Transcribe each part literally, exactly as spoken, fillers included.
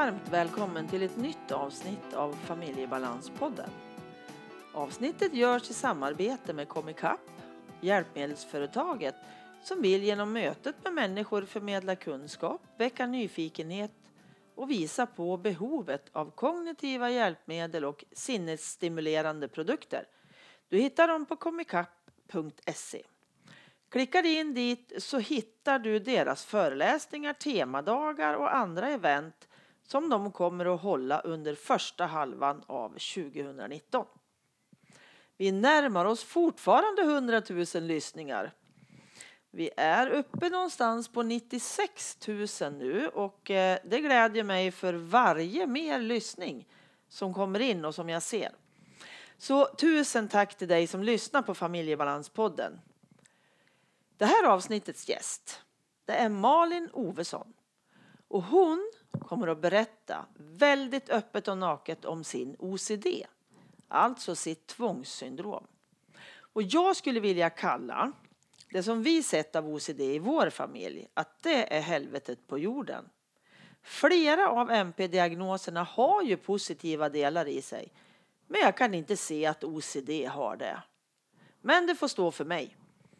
varmt välkommen till ett nytt avsnitt av Familjebalanspodden. Avsnittet görs i samarbete med Comicap, hjälpmedelsföretaget som vill genom mötet med människor förmedla kunskap, väcka nyfikenhet och visa på behovet av kognitiva hjälpmedel och sinnesstimulerande produkter. Du hittar dem på comicap punkt se. Klickar du in dit så hittar du deras föreläsningar, temadagar och andra event som de kommer att hålla under första halvan av tjugonitton. Vi närmar oss fortfarande hundratusen lyssningar. Vi är uppe någonstans på nittiosex tusen nu och det glädjer mig för varje mer lyssning som kommer in och som jag ser. Så tusen tack till dig som lyssnar på Familjebalanspodden. Det här avsnittets gäst, det är Malin Ovesson. Och hon kommer att berätta väldigt öppet och naket om sin O C D. Alltså sitt tvångssyndrom. Och jag skulle vilja kalla det som vi sett av O C D i vår familj att det är helvetet på jorden. Flera av M P-diagnoserna har ju positiva delar i sig. Men jag kan inte se att O C D har det. Men det får stå för mig.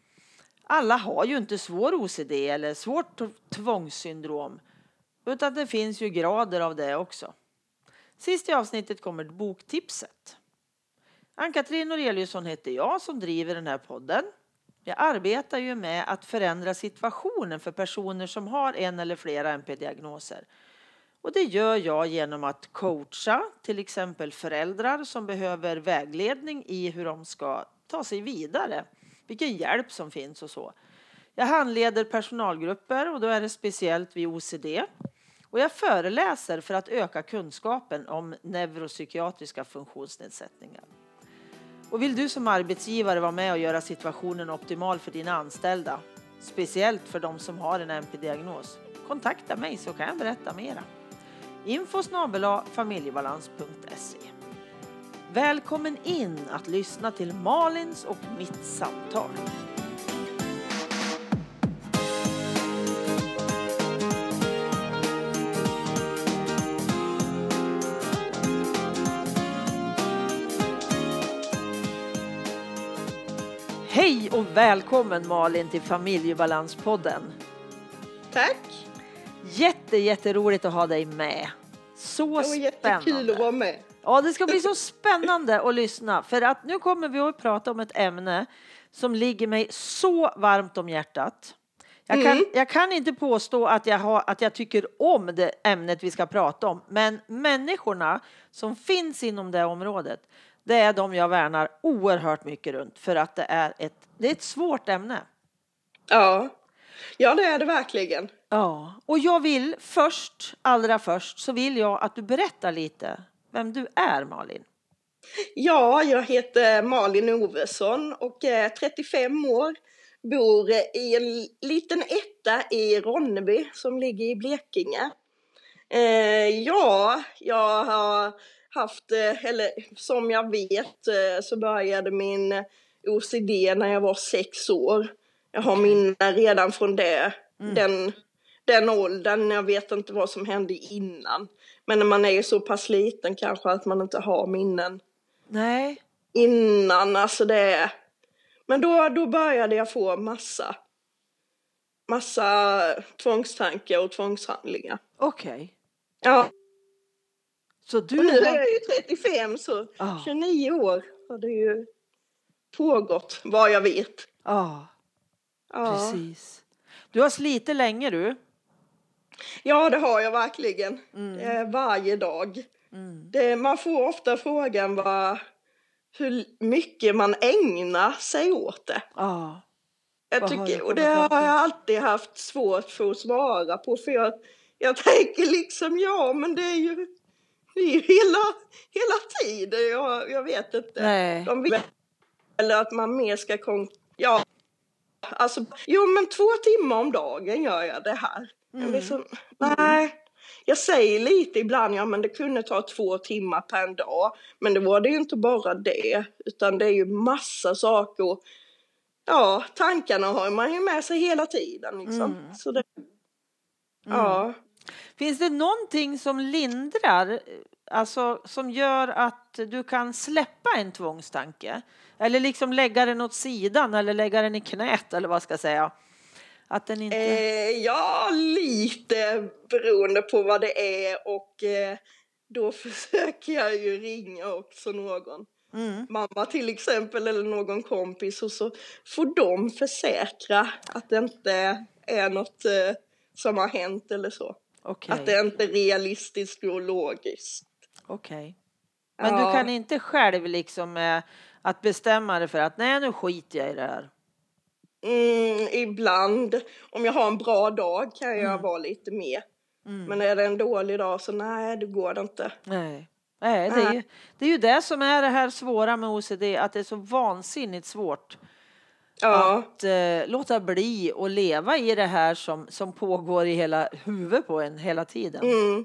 Alla har ju inte svår O C D eller svårt tvångssyndrom. Utan det finns ju grader av det också. Sist i avsnittet kommer boktipset. Ann-Katrin Noreliusson heter jag som driver den här podden. Jag arbetar ju med att förändra situationen för personer som har en eller flera M P-diagnoser. Och det gör jag genom att coacha till exempel föräldrar som behöver vägledning i hur de ska ta sig vidare. Vilken hjälp som finns och så. Jag handleder personalgrupper och då är det speciellt vid O C D. Och jag föreläser för att öka kunskapen om neuropsykiatriska funktionsnedsättningar. Och vill du som arbetsgivare vara med och göra situationen optimal för dina anställda, speciellt för de som har en M P-diagnos, kontakta mig så kan jag berätta mera. info snabel-a familjebalans punkt se. Välkommen in att lyssna till Malins och mitt samtal. Hej och välkommen Malin till Familjebalanspodden. Tack. Jätte, jätteroligt att ha dig med. Så det var spännande. Jättekul att vara med. Ja, det ska bli så spännande att lyssna. För att nu kommer vi att prata om ett ämne som ligger mig så varmt om hjärtat. Jag kan, mm. jag kan inte påstå att jag, har, att jag tycker om det ämnet vi ska prata om. Men människorna som finns inom det området, det är de jag värnar oerhört mycket runt. För att det är ett, det är ett svårt ämne. Ja. ja, det är det verkligen. Ja, och jag vill först, allra först, så vill jag att du berättar lite vem du är, Malin. Ja, jag heter Malin Ovesson och är trettiofem år. Bor i en liten etta i Ronneby som ligger i Blekinge. Eh, ja, jag har haft, eller som jag vet så började min O C D när jag var sex år. Jag har minnen redan från det, mm. den, den åldern. Jag vet inte vad som hände innan. Men när man är så pass liten kanske att man inte har minnen. Nej. Innan, alltså det är... Men då, då började jag få massa, massa tvångstankar och tvångshandlingar. Okej. Okay. Ja. Så du och nu har... är jag ju trettiofem, så ah. tjugonio år har det ju pågått, vad jag vet. Ja, ah. precis. Du har slitit länge du. Ja, det har jag verkligen. Mm. Det är varje dag. Mm. Det, man får ofta frågan vad, hur mycket man ägnar sig åt det. Ja. Jag tycker, och det har jag alltid haft svårt för att svara på. För jag, jag tänker liksom, ja men det är ju, det är ju hela, hela tiden. Jag, jag vet inte. Nej. De vill, eller att man mer ska kom, ja. Alltså, jo men två timmar om dagen gör jag det här. Mm. Liksom, nej, jag säger lite ibland, ja men det kunde ta två timmar per dag. Men det var det ju inte bara det, utan det är ju massa saker. Ja, tankarna har man ju med sig hela tiden liksom. Mm. Så det, mm. ja. Finns det någonting som lindrar, alltså som gör att du kan släppa en tvångstanke? Eller liksom lägga den åt sidan eller lägga den i knät eller vad ska jag säga? Att den inte... Eh, ja, lite beroende på vad det är och eh, då försöker jag ju ringa också någon. Mm. Mamma till exempel eller någon kompis och så får de försäkra att det inte är något eh, som har hänt eller så. Okay. Att det inte är realistiskt och logiskt. Okej. Okay. Men ja. Du kan inte själv liksom eh, att bestämma dig för att nej, nu skiter jag i det här. Mm, ibland. Om jag har en bra dag kan jag mm. vara lite mer. Mm. Men är det en dålig dag så nej, det går det inte. Nej, nej det, är ju, det är ju det som är det här svåra med O C D. Att det är så vansinnigt svårt. Ja. Att eh, låta bli och leva i det här som, som pågår i hela huvudet på en hela tiden. Mm.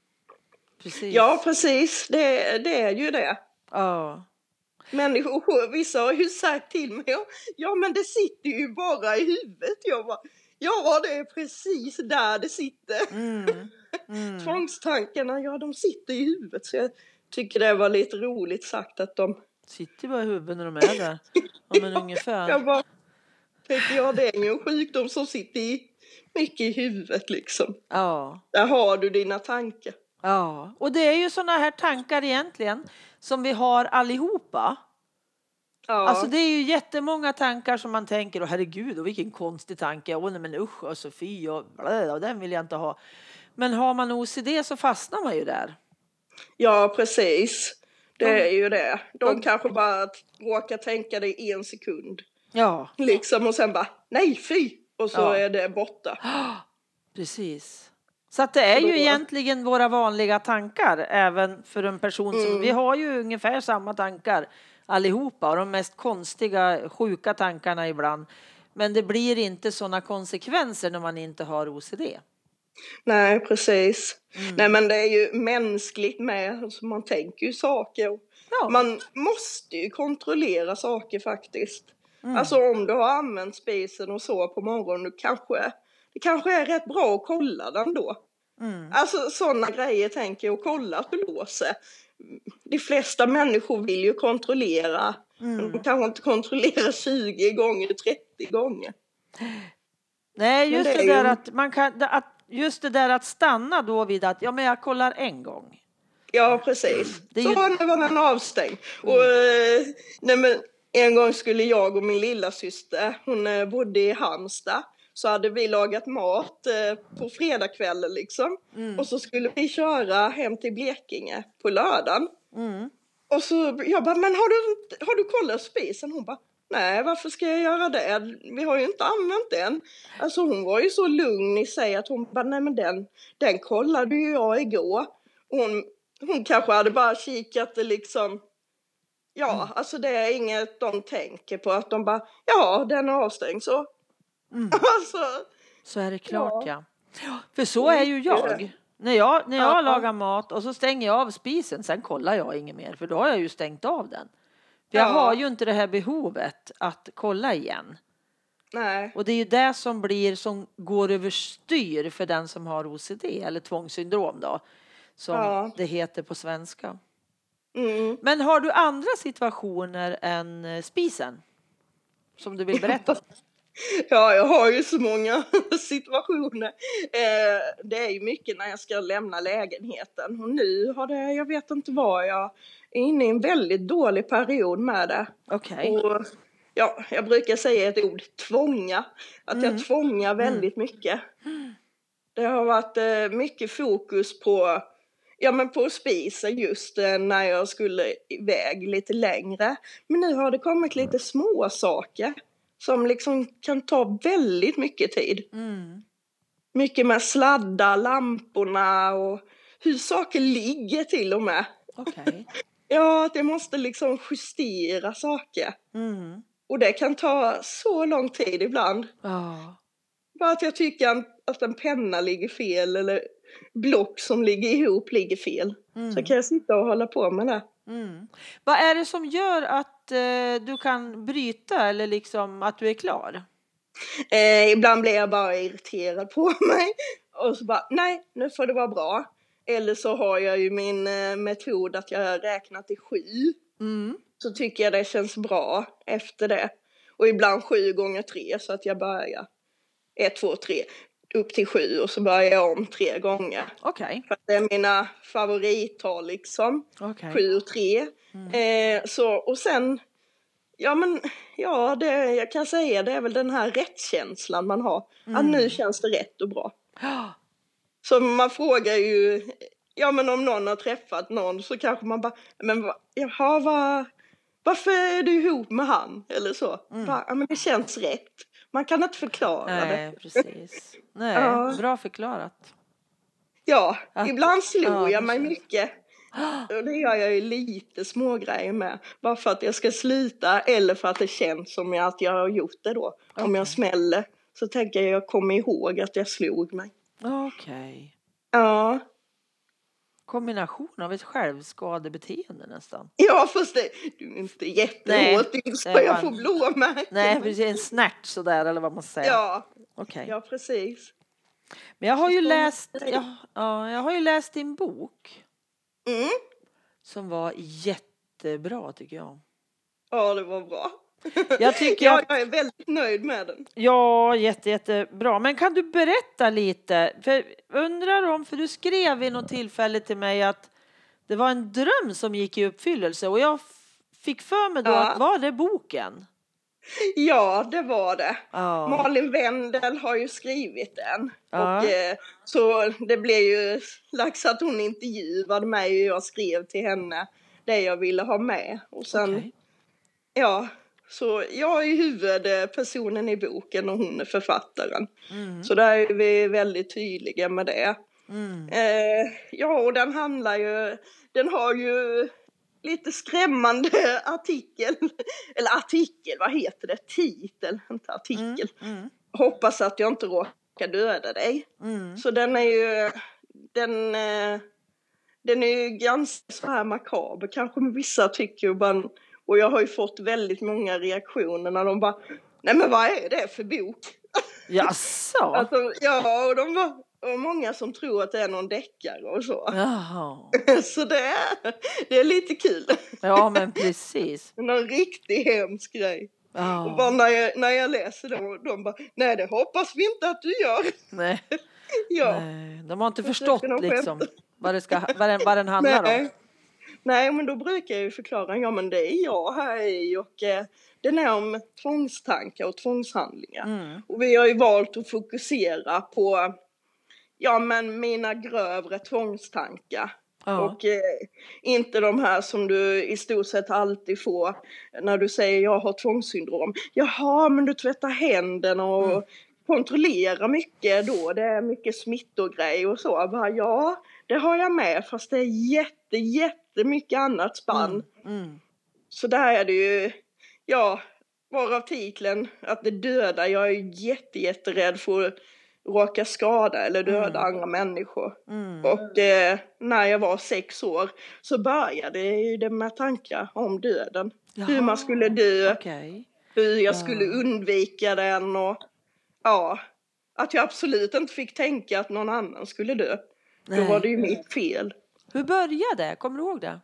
Precis. Ja, precis. Det, det är ju det. Ja. Människor, vissa har ju sagt till mig, ja men det sitter ju bara i huvudet. Jag bara, ja det är precis där det sitter. Mm. Mm. Tvångstankarna, ja de sitter i huvudet. Så jag tycker det var lite roligt sagt att de... Sitter bara i huvudet när de är där. Ja, men ungefär. Jag bara, tänker jag, det är ju en sjukdom som sitter i, mycket i huvudet liksom. Ja. Där har du dina tankar. Ja, och det är ju såna här tankar egentligen som vi har allihopa. Ja. Alltså det är ju jättemånga tankar som man tänker, och herregud, och vilken konstig tanke, och nej men usch och Sofie och, och den vill jag inte ha. Men har man O C D så fastnar man ju där. Ja, precis. Det mm. är ju det. De mm. kanske bara råkar tänka det i en sekund. Ja. Liksom och sen bara, nej fy, och så ja. Är det borta. Precis. Så att det är ju egentligen våra vanliga tankar även för en person som, mm. vi har ju ungefär samma tankar allihopa och de mest konstiga, sjuka tankarna ibland. Men det blir inte sådana konsekvenser när man inte har O C D. Nej, precis. Mm. Nej, men det är ju mänskligt med, alltså man tänker ju saker. Ja. Man måste ju kontrollera saker faktiskt. Mm. Alltså om du har använt spisen och så på morgonen, du kanske... Det kanske är rätt bra att kolla den då. Mm. Alltså sådana grejer tänker jag, att kolla att du låser. De flesta människor vill ju kontrollera. Mm. Men de kanske inte kontrollera tjugo gånger, trettio gånger. Nej, just det, det där ju... att man kan, att, just det där att stanna då vid att, ja men jag kollar en gång. Ja, precis. Det är så ju... var den avstängd. Mm. Och nej men en gång skulle jag och min lilla syster, hon bodde i Halmstad. Så hade vi lagat mat eh, på fredagskvällen liksom. Mm. Och så skulle vi köra hem till Blekinge på lördagen. Mm. Och så jag bara, men har du, har du kollat spisen? Hon bara, nej varför ska jag göra det? Vi har ju inte använt den. Alltså hon var ju så lugn i sig att hon bara, nej men den, den kollade ju jag igår. Hon, hon kanske hade bara kikat det liksom. Ja, mm. alltså det är inget de tänker på. Att de bara, ja den är avstängd så. Mm. Alltså, så är det klart ja. ja. För så är ju jag. När jag, när jag ja. lagar mat och så stänger jag av spisen, sen kollar jag inget mer. För då har jag ju stängt av den. För jag ja. har ju inte det här behovet att kolla igen. Nej. Och det är ju det som blir, som går överstyr för den som har O C D eller tvångssyndrom då. Som ja. det heter på svenska. Mm. Men har du andra situationer än spisen? Som du vill berätta? Ja, jag har ju så många situationer. Eh, det är ju mycket när jag ska lämna lägenheten. Och nu har det, jag vet inte vad, jag är inne i en väldigt dålig period med det. Okej. Okay. Ja, jag brukar säga ett ord, tvånga. Att mm. jag tvångar väldigt mm. mycket. Det har varit eh, mycket fokus på, ja men på spisen just eh, när jag skulle iväg lite längre. Men nu har det kommit lite små saker. Som liksom kan ta väldigt mycket tid. Mm. Mycket med sladda, lamporna och hur saker ligger till och med. Okay. Ja, det måste liksom justera saker. Mm. Och det kan ta så lång tid ibland. Oh. Bara att jag tycker att en penna ligger fel eller block som ligger ihop ligger fel. Mm. Så kan jag sitta och hålla på med det. Mm. Vad är det som gör att eh, du kan bryta eller liksom att du är klar? Eh, ibland blir jag bara irriterad på mig. Och så bara, nej, nu får det vara bra. Eller så har jag ju min eh, metod att jag räknar till sju. Mm. Så tycker jag det känns bra efter det. Och ibland sju gånger tre, så att jag börjar ett, två, tre upp till sju och så börjar jag om tre gånger. Okej. Okay. För att det är mina favorittal liksom. Okay. Sju och tre. Mm. Eh, så, och sen, ja men, ja det jag kan säga det är väl den här rättskänslan man har. Mm. Att nu känns det rätt och bra. Så man frågar ju, ja men om någon har träffat någon så kanske man bara, men va, jaha va, varför är du ihop med han? Eller så. Mm. Bara, ja men det känns rätt. Man kan inte förklara Nej, det. Nej, precis. Nej, ja. Bra förklarat. Ja, att, ibland slår ja, jag mig mycket. Och det gör jag ju lite små grejer med. Bara för att jag ska sluta eller för att det känns som att jag har gjort det då. Okay. Om jag smäller så tänker jag att jag kommer ihåg att jag slog mig. Okej. Okay. Ja. Kombination av ett självskadebeteende nästan. Ja, fast det, du är inte jättehårt. Det ska jag få blåmärken. Nej, precis. En snärt sådär eller vad man säger. Ja, okay. Ja precis. Men jag har ju läst, jag, ja, jag har ju läst din bok. Mm. Som var jättebra tycker jag. Ja, det var bra. Jag tycker ja, att, jag är väldigt nöjd med den. Ja, jätte, jättebra. Men kan du berätta lite? För undrar om, för du skrev vid något tillfälle till mig att det var en dröm som gick i uppfyllelse. Och jag fick för mig då ja. att var det boken? Ja, det var det. Ja. Malin Wendel har ju skrivit den. Ja. Och eh, så det blev ju slags att hon intervjuade mig och jag skrev till henne det jag ville ha med. Och sen, okay. ja, så jag är huvudpersonen i boken och hon är författaren. Mm. Så där är vi väldigt tydliga med det. Mm. Eh, ja, och den handlar ju, den har ju lite skrämmande artikel, eller artikel, vad heter det? Titel, inte artikel. Mm, mm. Hoppas att jag inte råkar döda dig. Mm. Så den är ju, den, eh, den är ju ganska så här makaber. Kanske vissa tycker ju bara, och jag har ju fått väldigt många reaktioner när de bara, nej men vad är det för bok? Jaså? Alltså, ja, och de var och många som tror att det är någon deckare och så. Jaha. Så det är, det är lite kul. Ja, men precis. Någon riktigt hemsk grej. Oh. Och bara när jag, när jag läser dem, de bara, nej det hoppas vi inte att du gör. Nej. Ja. Nej. De har inte förstått liksom vad, det ska, vad, den, vad den handlar nej. om. Nej, men då brukar jag ju förklara, ja men det är jag här i och eh, den är om tvångstankar och tvångshandlingar. Mm. Och vi har ju valt att fokusera på ja, men mina grövre tvångstankar. Ja. Och eh, inte de här som du i stort sett alltid får när du säger jag har tvångssyndrom. Jaha, men du tvättar händerna och mm. kontrollerar mycket då. Det är mycket smittogrej och så. Bara, ja, det har jag med fast det är jätte, jättemycket annat spann. Mm. Mm. Så där är det ju, ja, varav titeln att det dödar. Jag är jätte, jätterädd för råka skada eller döda mm. andra människor. Mm. Och eh, när jag var sex år så började ju det med tankar om döden. Jaha. Hur man skulle dö, okay. hur jag ja. skulle undvika den och ja, att jag absolut inte fick tänka att någon annan skulle dö. Nej. Då var det ju mitt fel. Hur började det? Kommer du ihåg det?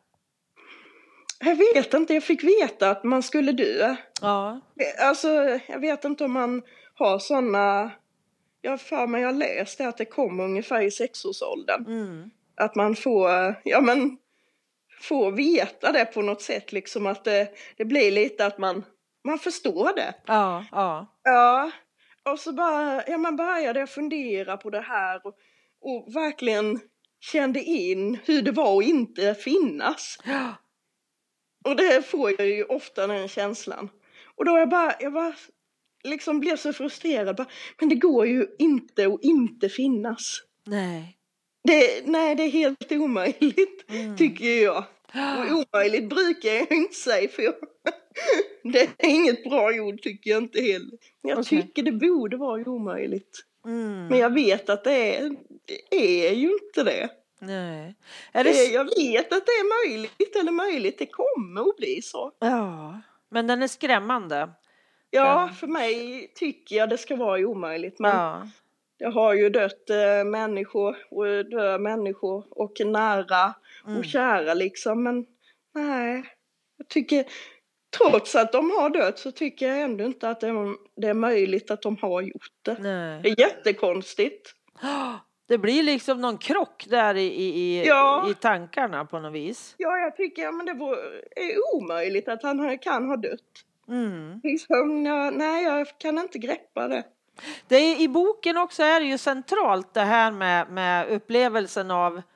Jag vet inte, jag fick veta att man skulle dö. Ja. Alltså, jag vet inte om man har sådana. Jag för mig jag läste att det kom ungefär i sexårsåldern. Mm. Att man får, ja men, får veta det på något sätt. Liksom att det, det blir lite att man, man förstår det. Ja, ja. Ja, och så bara, ja, man började fundera på det här. Och, och verkligen kände in hur det var att inte finnas. Ja. Och det får jag ju ofta den känslan. Och då jag bara, jag bara liksom blev så frustrerad. Bara, men det går ju inte att inte finnas. Nej. Det, nej, det är helt omöjligt, mm. tycker jag. Och omöjligt brukar jag inte säga, för jag, det är inget bra ord tycker jag inte heller. Men jag okay. tycker det borde vara omöjligt. Mm. Men jag vet att det är, det är ju inte det. Nej. Är det... Jag vet att det är möjligt eller möjligt. Det kommer att bli så. Ja, men den är skrämmande. Ja, den... för mig tycker jag det ska vara omöjligt. Men ja. det har ju dött eh, människor och dör människor och nära Mm. och kära liksom. Men nej, jag tycker trots att de har dött så tycker jag ändå inte att det är, det är möjligt att de har gjort det. Nej. Det är jättekonstigt. Det blir liksom någon krock där i, i, i, Ja. i tankarna på något vis. Ja, jag tycker ja, men det var- är omöjligt att han har- kan ha dött. Mm. Liksom, jag, nej, jag kan inte greppa det. Det är, I boken också är det ju centralt det här med, med upplevelsen av eh,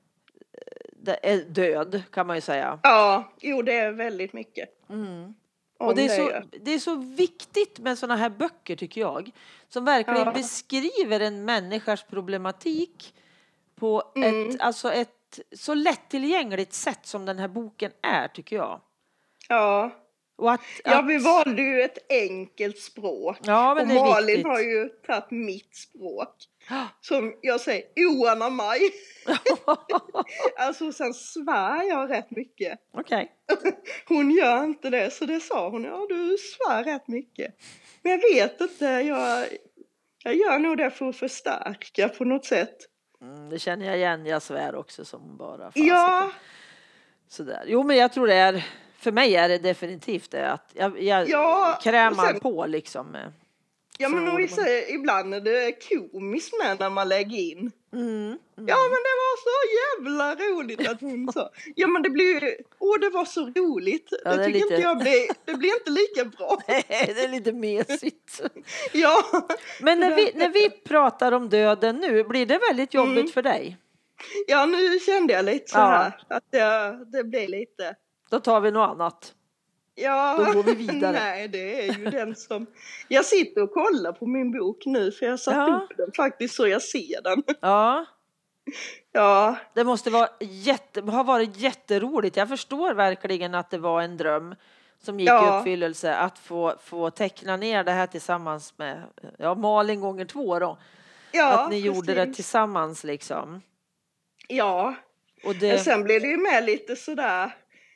det är död, kan man ju säga. Ja, jo det är väldigt mycket. Mm. Om Och det är, det så, gör. det är så viktigt med såna här böcker, tycker jag, som verkligen Ja. beskriver en människas problematik på Mm. ett, alltså ett så lättillgängligt sätt som den här boken är, tycker jag. Ja. Och att, Ja, att, vi valde ju ett enkelt språk. Ja, men och det är Malin viktigt. har ju tagit mitt språk. Som jag säger, Oanna Maj. Alltså sen svär jag rätt mycket. Okej. Hon gör inte det, så det sa hon. Ja, du svär rätt mycket. Men jag vet inte, jag, jag gör nog det för att förstärka på något sätt. Mm, det känner jag igen, jag svär också som bara Ja, fasiken. Sådär. Jo, men jag tror det är, för mig är det definitivt det att jag, jag Ja, krämar och sen- på liksom. Med, ja men för om vi ord. säger, ibland är det komiskt med när man lägger in. Mm, mm. Ja men det var så jävla roligt att hon sa. Ja men det blir ju, åh det var så roligt. Ja, det det är tycker lite- inte jag blir, det blir inte lika bra. Det är lite mesigt. Ja. Men när vi, när vi pratar om döden nu, blir det väldigt jobbigt Mm. för dig? Ja nu kände jag lite så Ja. här. Att det, det blir lite. Då tar vi något annat. Ja. Då går vi vidare. Nej det är ju den som. Jag sitter och kollar på min bok nu. För jag satt Ja. upp den faktiskt så jag ser den. Ja, Ja. det måste vara jätte, ha varit jätteroligt. Jag förstår verkligen att det var en dröm som gick Ja. i uppfyllelse att få, få teckna ner det här tillsammans med ja, Malin gånger två då. Ja. att ni gjorde det precis. tillsammans liksom. Ja. Och Men det, sen blir det ju med lite sådär.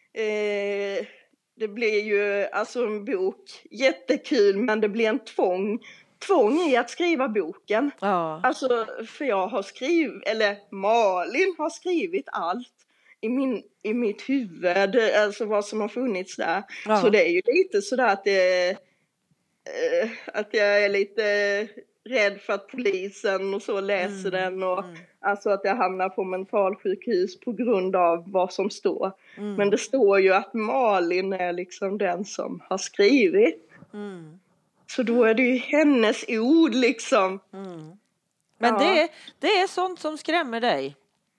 Eh, det blir ju alltså en bok. Jättekul men det blir en tvång. Tvång i att skriva boken. ja, Alltså för jag har skrivit, eller Malin har skrivit allt. I, min, I mitt huvud, alltså vad som har funnits där. Ja. Så det är ju lite sådär att det eh, att jag är lite rädd för att polisen och så läser Mm, den och mm. alltså att jag hamnar på mentalsjukhus på grund av vad som står. Mm. Men det står ju att Malin är liksom den som har skrivit. Mm. Så då är det ju hennes ord liksom. Mm. Men Ja. det, det är sånt som skrämmer dig.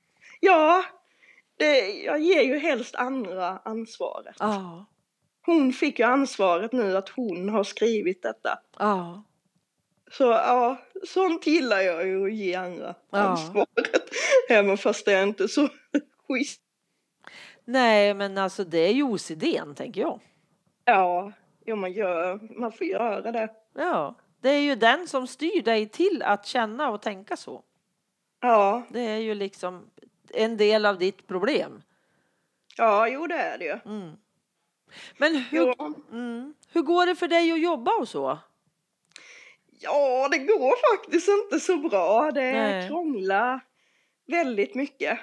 Ja, det, jag ger ju helst andra ansvaret. Ja, Hon fick ju ansvaret nu att hon har skrivit detta. ja, Så ja, sånt gillar jag ju att ge andra Ja. ansvaret. Även fast det är inte så schysst. nej men alltså det är ju O C D:n tänker jag. Ja, jo, man, gör, man får göra det. Ja, det är ju den som styr dig till att känna och tänka så. Ja, Det är ju liksom en del av ditt problem. ja jo det är det ju. Mm. Men hur, Jo. mm, hur går det för dig att jobba och så? Ja, det går faktiskt inte så bra. Det Nej. krånglar väldigt mycket.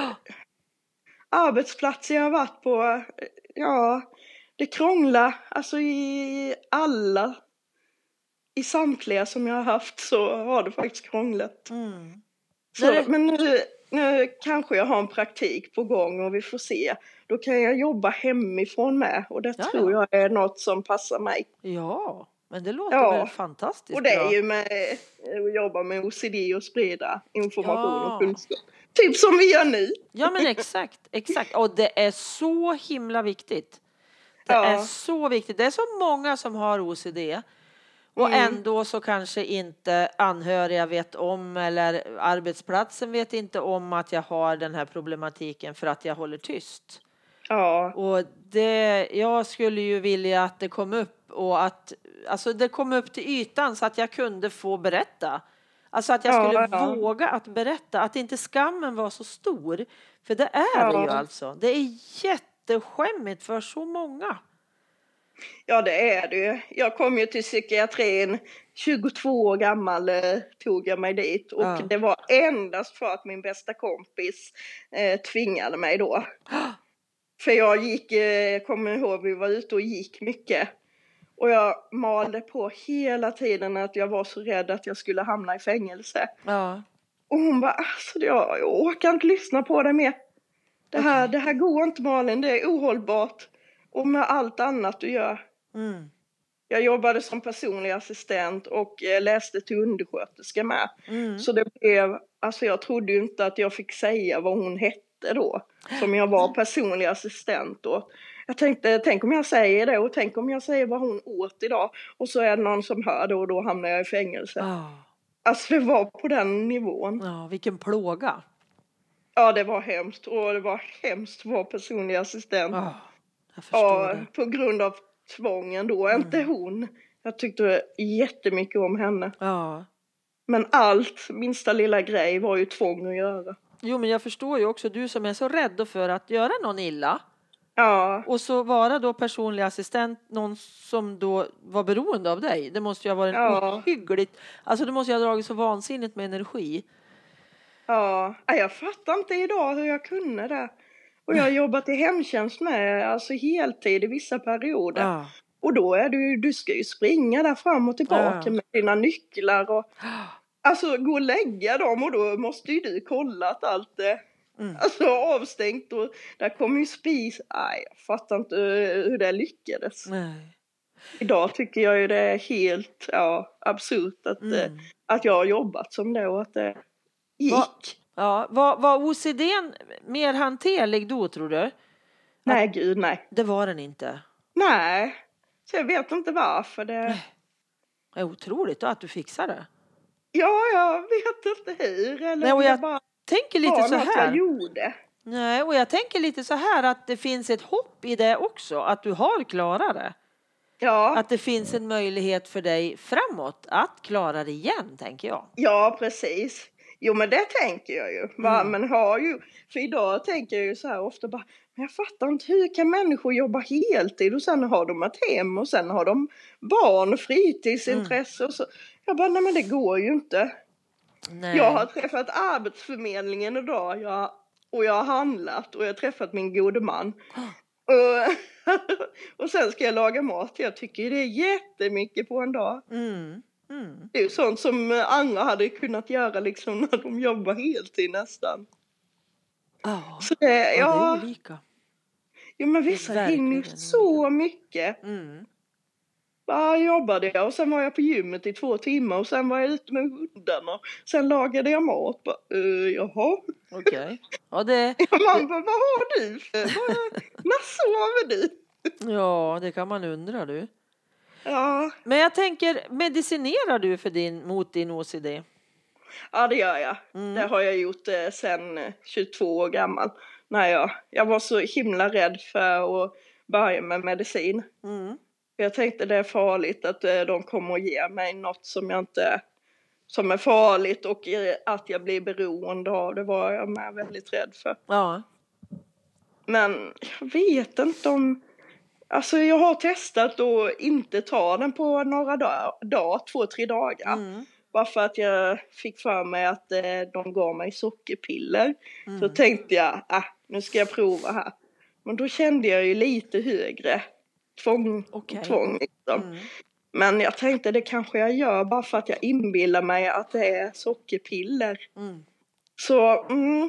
Arbetsplatser jag har varit på, ja, det krånglar. Alltså i alla, i samtliga som jag har haft så har det faktiskt krånglat. Mm. Så, Nej, det- men nu, nu kanske jag har en praktik på gång och vi får se. Då kan jag jobba hemifrån med och det Ja, tror jag är något som passar mig. Ja, men det låter Ja. väl fantastiskt Och det är bra. ju med att jobba med O C D och sprida information Ja. och kunskap. Typ som vi gör nu. Ja men exakt, exakt. Och det är så himla viktigt. Det Ja. är så viktigt. Det är så många som har O C D. Och Mm. ändå så kanske inte anhöriga vet om eller arbetsplatsen vet inte om att jag har den här problematiken för att jag håller tyst. Ja, Och det, jag skulle ju vilja att det kom upp och att alltså det kom upp till ytan så att jag kunde få berätta. Alltså att jag Ja, skulle ja. våga att berätta, att inte skammen var så stor. För det är Ja. det ju alltså. Det är jätteskämmigt för så många. Ja, det är det ju. Jag kom ju till psykiatrin, tjugotvå år gammal eh, tog jag mig dit. Och Ja. det var endast för att min bästa kompis eh, tvingade mig då. För jag gick, eh, kommer ihåg, vi var ute och gick mycket. Och jag malde på hela tiden att jag var så rädd att jag skulle hamna i fängelse. Ja. Och hon bara, alltså jag, jag orkar inte lyssna på det mer. Det här, Okej. det här går inte, Malin, det är ohållbart. Och med allt annat du gör. Mm. Jag jobbade som personlig assistent och eh, läste till undersköterska med. Mm. Så det blev, alltså jag trodde ju inte att jag fick säga vad hon hette då. Som jag var personlig assistent då. Jag tänkte, tänk om jag säger det och tänk om jag säger vad hon åt idag. Och så är det någon som hör det och då hamnar jag i fängelse. Ja. Alltså det var på den nivån. Ja, vilken plåga. Ja, det var hemskt. Och det var hemskt att vara personlig assistent. Ja, jag förstår Ja, det. på grund av tvången då. Mm. Inte hon. Jag tyckte jättemycket om henne. Ja. Men allt, minsta lilla grej var ju tvång att göra. Jo, men jag förstår ju också, du som är så rädd för att göra någon illa. Ja. Och så vara då personlig assistent, någon som då var beroende av dig. Det måste ju ha varit Ja. ohyggligt. Alltså det måste ju ha dragit så vansinnigt med energi. Ja, jag fattar inte idag hur jag kunde det. Och jag har jobbat i hemtjänst med, alltså heltid i vissa perioder. Ja. Och då är du, du ska ju springa där fram och tillbaka Ja. med dina nycklar och alltså gå och lägga dem och då måste ju du kolla att allt är Mm. alltså, avstängt och där kommer ju spis. Nej, jag fattar inte hur det lyckades. Nej. Idag tycker jag ju det är helt ja, absurt att, Mm. eh, att jag har jobbat som det och att det gick. Va? Ja, var, var O C D:n mer hanterlig då, tror du? Nej, gud nej. Det var den inte. Nej, så jag vet inte varför det... Det är otroligt då att du fixar det. Ja, jag vet inte hur. Eller Nej, och om jag jag bara tänker lite var så något här. jag gjorde. Nej, och jag tänker lite så här att det finns ett hopp i det också. Att du har klarat det. Ja, Att det finns en möjlighet för dig framåt att klara det igen, tänker jag. ja, precis. Jo, men det tänker jag ju. Va? Mm. Men har ju... För idag tänker jag ju så här ofta bara... Men jag fattar inte, hur kan människor jobba heltid och sen har de ett hem och sen har de barn och fritidsintresse och så. Jag bara, nej men det går ju inte. Nej. Jag har träffat Arbetsförmedlingen idag jag, och jag har handlat och jag har träffat min gode man. Och, och sen ska jag laga mat. Jag tycker det är jättemycket på en dag. Mm. Mm. Det är ju sånt som andra hade kunnat göra liksom när de jobbar heltid nästan. Ja, Så det, ja, det ja, är olika. ja, men vissa verkligen hinner ju så mycket. Mm. Bara jobbade jag och sen var jag på gymmet i två timmar och sen var jag ute med hundarna. Sen lagade jag mat. Bara, uh, jaha. Okej. Okay. Ja, det... Man bara, vad har du för? Vad- När sover du? ja, det kan man undra du. Ja, Men jag tänker, medicinerar du för din, mot din O C D? ja, det gör jag. Mm. Det har jag gjort eh, sedan eh, tjugotvå år gammal. När jag, jag var så himla rädd för att börja med medicin. Mm. Jag tänkte det är farligt att eh, de kommer att ge mig något som jag inte, som är farligt och eh, att jag blir beroende av. Det var jag med väldigt rädd för. Ja. Men jag vet inte om, alltså jag har testat att inte ta den på några dagar, dag, två, tre dagar. Mm. Bara för att jag fick för mig att eh, de gav mig sockerpiller. Mm. Så tänkte jag, ah, nu ska jag prova här. Men då kände jag ju lite högre tvång, Okej. tvång liksom. Mm. Men jag tänkte det kanske jag gör bara för att jag inbillar mig att det är sockerpiller. Mm. Så, mm.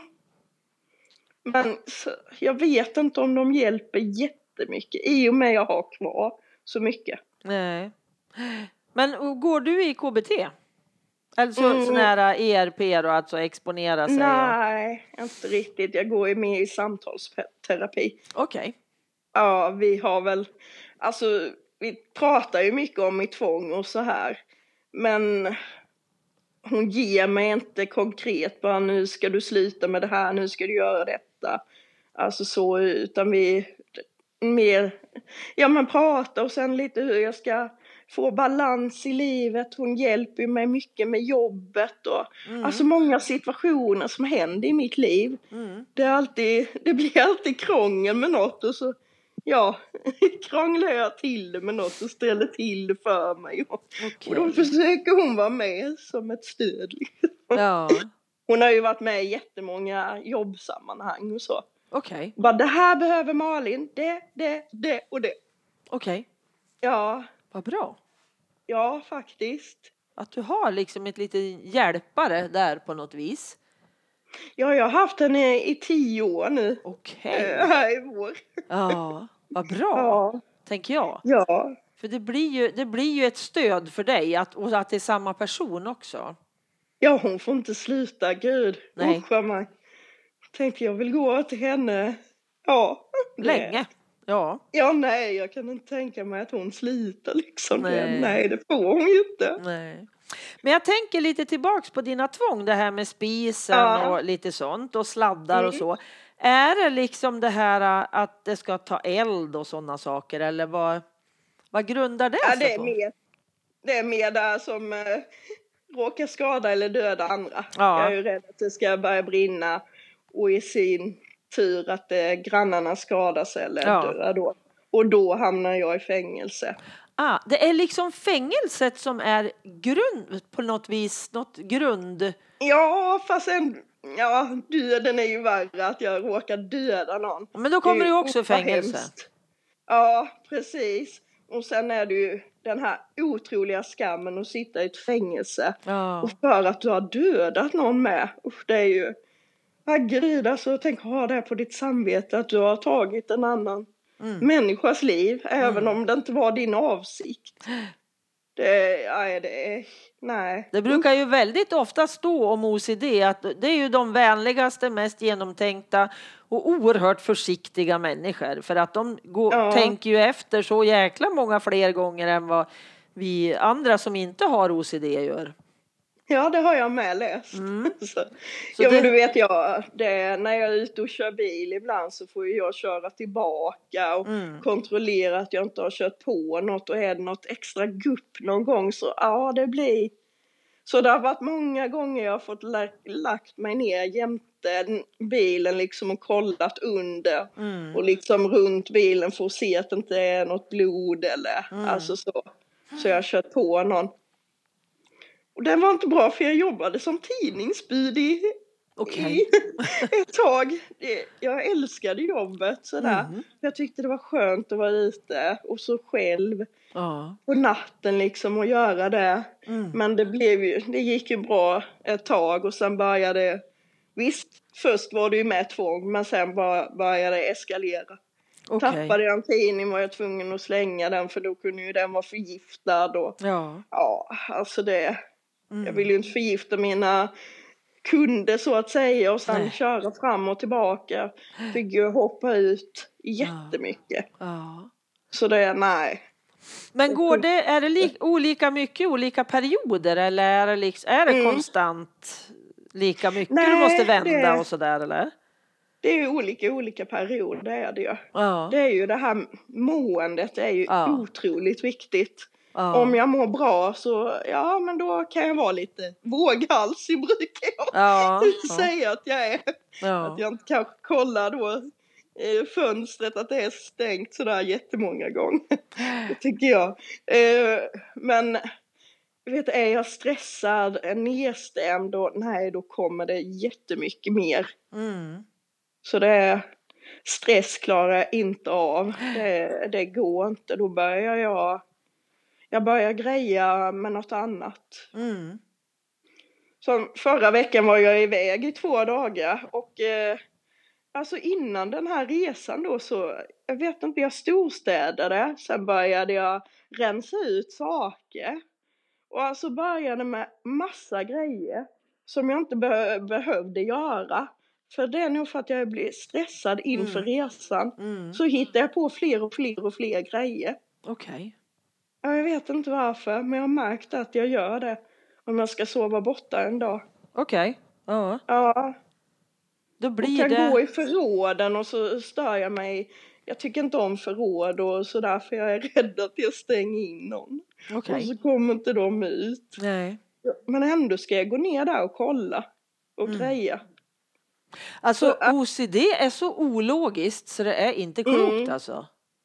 Men så, jag vet inte om de hjälper jättemycket i och med jag har kvar så mycket. Nej. Men och går du i K B T? Alltså Mm. sån här E R P och alltså exponera sig? Nej, inte riktigt. Jag går ju med i samtalsterapi. Okej. Ja, vi har väl, alltså vi pratar ju mycket om mitt tvång och så här. Men hon ger mig inte konkret bara nu ska du sluta med det här, nu ska du göra detta. Alltså så, utan vi mer, ja men prata och sen lite hur jag ska få balans i livet. Hon hjälper mig mycket med jobbet och Mm. alltså många situationer som händer i mitt liv. Mm. Det är alltid, det blir alltid krångel med något och så ja, krånglar jag till det med något och ställer till det för mig. Och, Okej. och då försöker hon vara med som ett stöd. Liksom. Ja, Hon har ju varit med i jättemånga jobbsammanhang och så. okej. Bara, det här behöver Malin, det, det, det och det. Okej, Ja, vad bra. ja faktiskt. Att du har liksom ett litet hjälpare där på något vis. Ja, jag har haft henne i tio år nu. Okej. eh, Här i vår. Ja, vad bra, Ja, tänker jag. ja. För det blir ju, det blir ju ett stöd för dig att, och att det är samma person också. Ja, hon får inte sluta, gud. Nej. Usch vad man tänkte jag vill gå till henne. Ja. det- Länge. Ja. Ja, nej, jag kan inte tänka mig att hon slutar liksom. Nej. Nej, nej det får hon ju inte. Nej. Men jag tänker lite tillbaks på dina tvång, det här med spisen Ja. och lite sånt och sladdar och Mm. så. Är det liksom det här att det ska ta eld och sådana saker eller vad, vad grundar det Ja, sig det är på? mer, det är mer där som eh, råkar skada eller döda andra. Ja. Jag är ju rädd att det ska börja brinna och i sin tur att eh, grannarna skadas eller Ja. dör då. Och då hamnar jag i fängelse. Ah, det är liksom fängelset som är grund på något vis, något grund. Ja, fast en, ja, döden är ju värre att jag råkar döda någon. Men då Det kommer är du ju också i fängelse. hemskt. Ja, precis. Och sen är det ju den här otroliga skammen att sitta i ett fängelse. Ja. Och för att du har dödat någon med. Usch, det är ju... Herregud, alltså tänk att ha det på ditt samvete att du har tagit en annan Mm. människas liv. Även om det inte var din avsikt. Det, nej, det är... Nej. Det brukar ju väldigt ofta stå om O C D att det är ju de vänligaste, mest genomtänkta och oerhört försiktiga människor. För att de går, Ja. tänker ju efter så jäkla många fler gånger än vad vi andra som inte har O C D gör. Ja, det har jag med läst. Mm. så, Så ja, det- men du vet jag, det, när jag är ute och kör bil ibland så får ju jag köra tillbaka och Mm. kontrollera att jag inte har kört på något och är det något extra gupp någon gång så ja, det blir. Så det har varit många gånger jag har fått lagt, lagt mig ner jämte bilen liksom och kollat under Mm. och liksom runt bilen för att se att det inte är något blod eller Mm. alltså så. Så jag har kört på någon. Och det var inte bra för jag jobbade som tidningsbud i, Okej. i ett tag. Det- Jag älskade jobbet sådär. Mm. Jag tyckte det var skönt att vara ute och så själv Ja. på natten liksom och göra det. Mm. Men det blev ju, det gick ju bra ett tag och sen började, visst först var det ju med tvång men sen bara började det eskalera. Okej. Tappade jag en tidning var jag tvungen att slänga den för då kunde ju den vara förgiftad och Ja. ja, alltså det, Mm. jag vill ju inte förgifta mina kunder så att säga och sen Nej. köra fram och tillbaka. Fick ju hoppa ut jättemycket. Ja. Så det är nej. Men går det, är det li, olika mycket olika perioder eller är det, liksom, är det Mm. konstant lika mycket Nej, du måste vända det- och sådär eller? Det är ju olika olika perioder, det är det ju. Ja. Det är ju det här måendet är ju Ja. otroligt viktigt. Ja. Om jag mår bra så, ja men då kan jag vara lite våghalsig brukar jag Ja. Ja. säga att jag är. Ja. Att jag inte kanske kollar då eh, fönstret att det är stängt sådär jättemånga gånger. Det tycker jag. Eh, men vet, är jag stressad, är nedstämd då, nej då kommer det jättemycket mer. Mm. Så det är stress klarar jag inte av. Det, det går inte. Då börjar jag jag börjar greja med något annat. Mm. Som förra veckan var jag iväg i två dagar och eh, alltså innan den här resan då så jag vet inte, jag storstädade. Sen började jag rensa ut saker. Och alltså började med massa grejer som jag inte be- behövde göra. För det är nog för att jag blir stressad inför Mm. resan. Mm. Så hittar jag på fler och fler och fler grejer. Okej. Ja, jag vet inte varför, men jag har märkt att jag gör det. Om jag ska sova borta en dag. Okej. Ja. Ja, Då och blir kan det... gå i förråden och så stör jag mig. Jag tycker inte om förråd och sådär för jag är rädd att jag stänger in någon. Okej. Och så kommer inte de ut. Nej. Men ändå ska jag gå ner där och kolla och Mm. greja. Alltså Så, äh- O C D är så ologiskt så det är inte klokt Mm. alltså.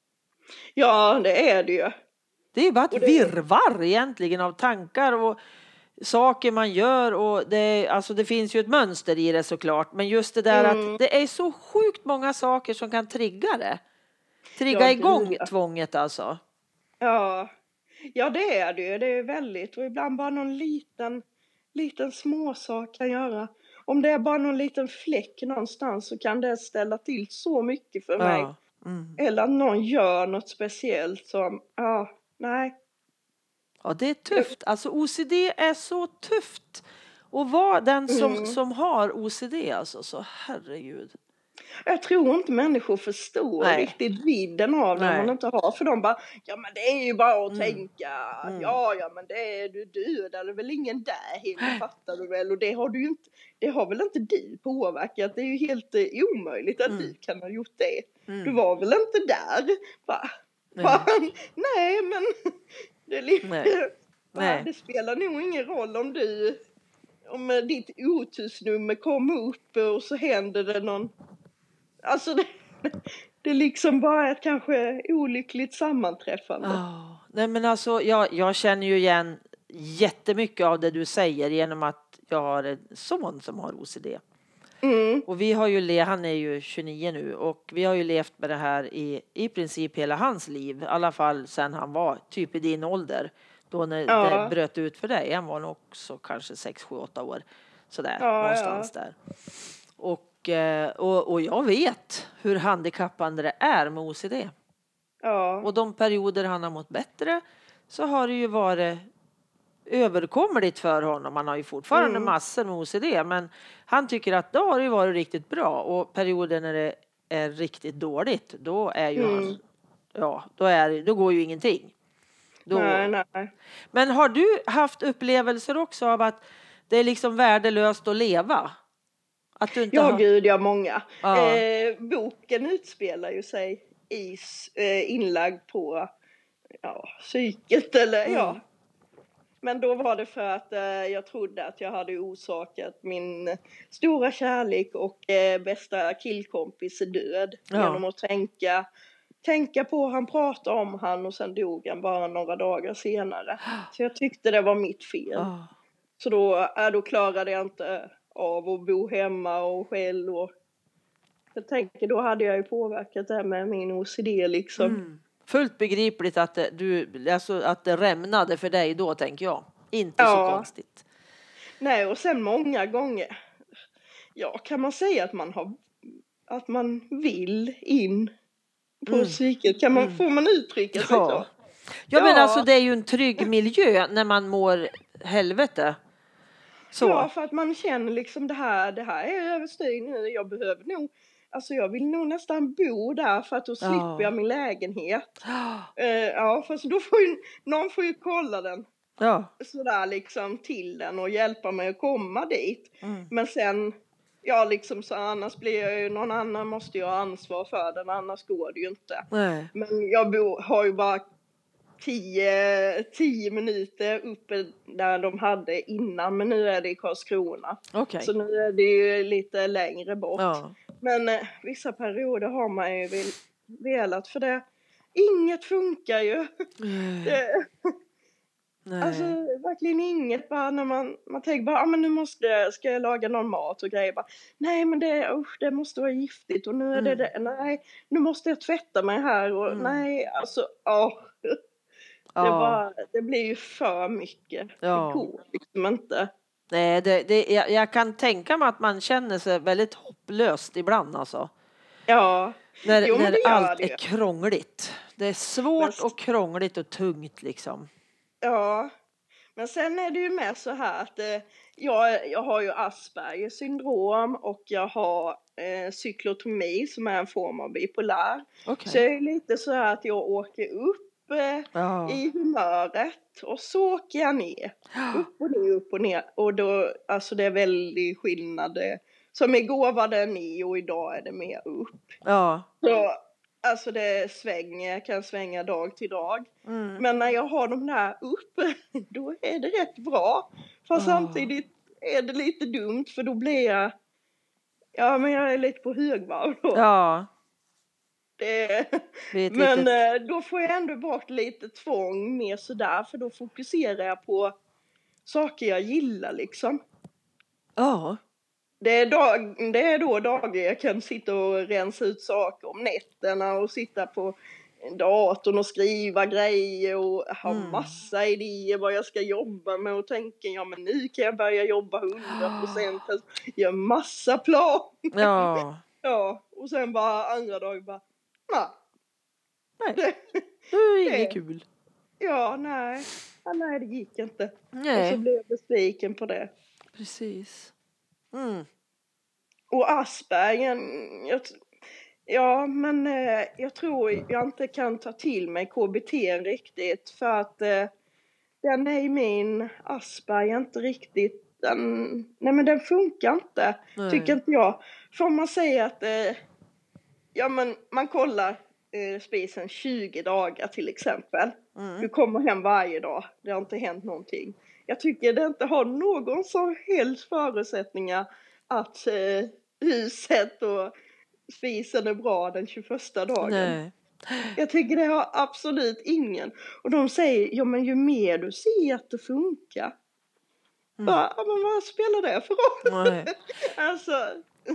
Ja, det är det ju. Det är ju bara ett Och det- virrvarr egentligen av tankar och saker man gör, och det, alltså det finns ju ett mönster i det såklart, men just det där Mm. att det är så sjukt många saker som kan trigga det. Trigga Ja, igång gud, ja. tvånget alltså. Ja. Ja, det är det ju. Det är väldigt. Och ibland bara någon liten, liten småsak kan göra. Om det är bara någon liten fläck någonstans så kan det ställa till så mycket för mig. Ja. Mm. Eller att någon gör något speciellt som, ja, nej. Ja, det är tufft. Alltså O C D är så tufft. Och vara den som, Mm. som har O C D alltså, så herregud. Jag tror inte människor förstår Nej. riktigt vidden av när Nej. man inte har. För de bara, ja men det är ju bara att Mm. tänka. Mm. Ja, ja men det är du dödar väl ingen där heller, fattar du väl. Och det har du ju inte, det har väl inte du påverkat. Det är ju helt eh, omöjligt att Mm. du kan ha gjort det. Mm. Du var väl inte där? Va? Nej. Va? Nej men det, är lite, Nej. va? Nej. Det spelar nog ingen roll om du, om eh, ditt otursnummer kommer upp och så händer det någon. Alltså det, det är liksom bara ett kanske olyckligt sammanträffande. Oh. Nej, men alltså jag, jag känner ju igen jättemycket av det du säger genom att jag har en son som har O C D. Mm. Och vi har ju le, han är ju tjugonio nu, och vi har ju levt med det här i, i princip hela hans liv. I alla fall sedan han var typ i din ålder. Då när Ja. det bröt ut för dig. Han var nog också kanske sex, sju, åtta år. Sådär, Ja, någonstans där. Och, eh, och, och jag vet hur handikappande det är med O C D. Ja. Och de perioder han har mått bättre så har det ju varit överkomligt för honom. Han har ju fortfarande Mm. massor med O C D, men han tycker att då har det varit riktigt bra. Och perioder när det är riktigt dåligt, då är ju Mm. han, ja, då, är, då går ju ingenting. Då. Nej, nej. Men har du haft upplevelser också av att det är liksom värdelöst att leva? Att du inte Ja, har... gud, ja, många. Ja. Eh, boken utspelar ju sig i eh, inlagd på ja, psyket eller Mm. ja. Men då var det för att eh, jag trodde att jag hade orsakat min stora kärlek och eh, bästa killkompis död. Ja. Genom att tänka, tänka på han pratade om han och sen dog han bara några dagar senare. Så jag tyckte det var mitt fel. Ja. Så då, äh, då klarade jag inte av att bo hemma och själv. Och jag tänker, då hade jag ju påverkat det här med min O C D liksom. Mm. Fullt begripligt att det, du, alltså att det rämnade för dig då, tänker jag. Inte Ja. så konstigt. Nej, och sen många gånger, ja, kan man säga att man har, att man vill in på Mm. psyket? Kan man, Mm. får man uttrycka sig Ja. så? Ja, Ja. men alltså det är ju en trygg miljö när man mår helvete. Så. Ja, för att man känner liksom det här, det här är överstyr nu, jag behöver nog, alltså jag vill nog nästan bo där för att då Ja. slipper jag min lägenhet. Uh, ja, för så då får ju, någon får ju kolla den Ja. sådär liksom till den och hjälpa mig att komma dit. Mm. Men sen, ja liksom så annars blir jag ju, någon annan måste ju ha ansvar för den, annars går det ju inte. Nej. Men jag bo, har ju bara tio, tio minuter uppe där de hade innan, men nu är det i Karlskrona. Okej. Så nu är det ju lite längre bort. Ja. Men eh, vissa perioder har man ju vill, velat, för det, inget funkar ju. Det, Nej. alltså verkligen inget, bara när man, man tänker bara, ah, men nu måste, ska jag laga någon mat och grejer, bara, nej men det, usch, det måste vara giftigt och nu är det, Mm. det, nej, nu måste jag tvätta mig här och Mm. nej, alltså, ja. Det, Ja. bara, det blir ju för mycket. Ja. Det går liksom inte. Nej, det, det, jag, jag kan tänka mig att man känner sig väldigt hopplöst ibland alltså. Ja, När, jo, men när det gör allt det ju. är krångligt. Det är svårt Men- och krångligt och tungt liksom. Ja, men sen är det ju med så här att eh, jag, jag har ju Aspergers syndrom och jag har eh, cyklotomi som är en form av bipolär. Okej. Så jag är lite så här att jag åker upp eh, Ja. i humöret och så åker jag ner. Upp och ner, upp och ner. Och då, alltså det är väldigt skillnad. eh, Som igår var det ner och idag är det mer upp. Ja. Så, alltså det svänger, kan svänga dag till dag. Mm. Men när jag har de där uppe, då är det rätt bra. Fast Ja. samtidigt är det lite dumt, för då blir jag, ja men jag är lite på högvarv då. Ja. Det, Det är ett men litet... eh, då får jag ändå bort lite tvång mer sådär, för då fokuserar jag på saker jag gillar liksom. Ja. Det är, dag, det är då dagar jag kan sitta och rensa ut saker om nätterna och sitta på datorn och skriva grejer och ha Mm. massa idéer vad jag ska jobba med och tänka, ja men nu kan jag börja jobba hundra procent, göra massa plan. Ja. Ja, och sen bara andra dagar bara, nej. Nej, Det, det är inget det, kul. ja, nej. Ja, nej, det gick inte. Nej. Och så blev jag besviken på det. Precis. Mm. Och Aspergen, jag, ja men eh, jag tror jag inte kan ta till mig K B T riktigt, för att eh, den är i min Asperger inte riktigt, den, nej men den funkar inte, Nej. tycker inte jag. Får man säga att eh, ja men man kollar eh, spisen tjugo dagar till exempel. Mm. Du kommer hem varje dag, det har inte hänt någonting. Jag tycker det inte har någon som helst förutsättningar att eh, huset och spisen är bra den tjugoförsta dagen. Nej. Jag tycker det har absolut ingen. Och de säger, ja men ju mer du ser att det funkar. Mm. Bara, ja, men vad spelar det för roll? Nej. Alltså...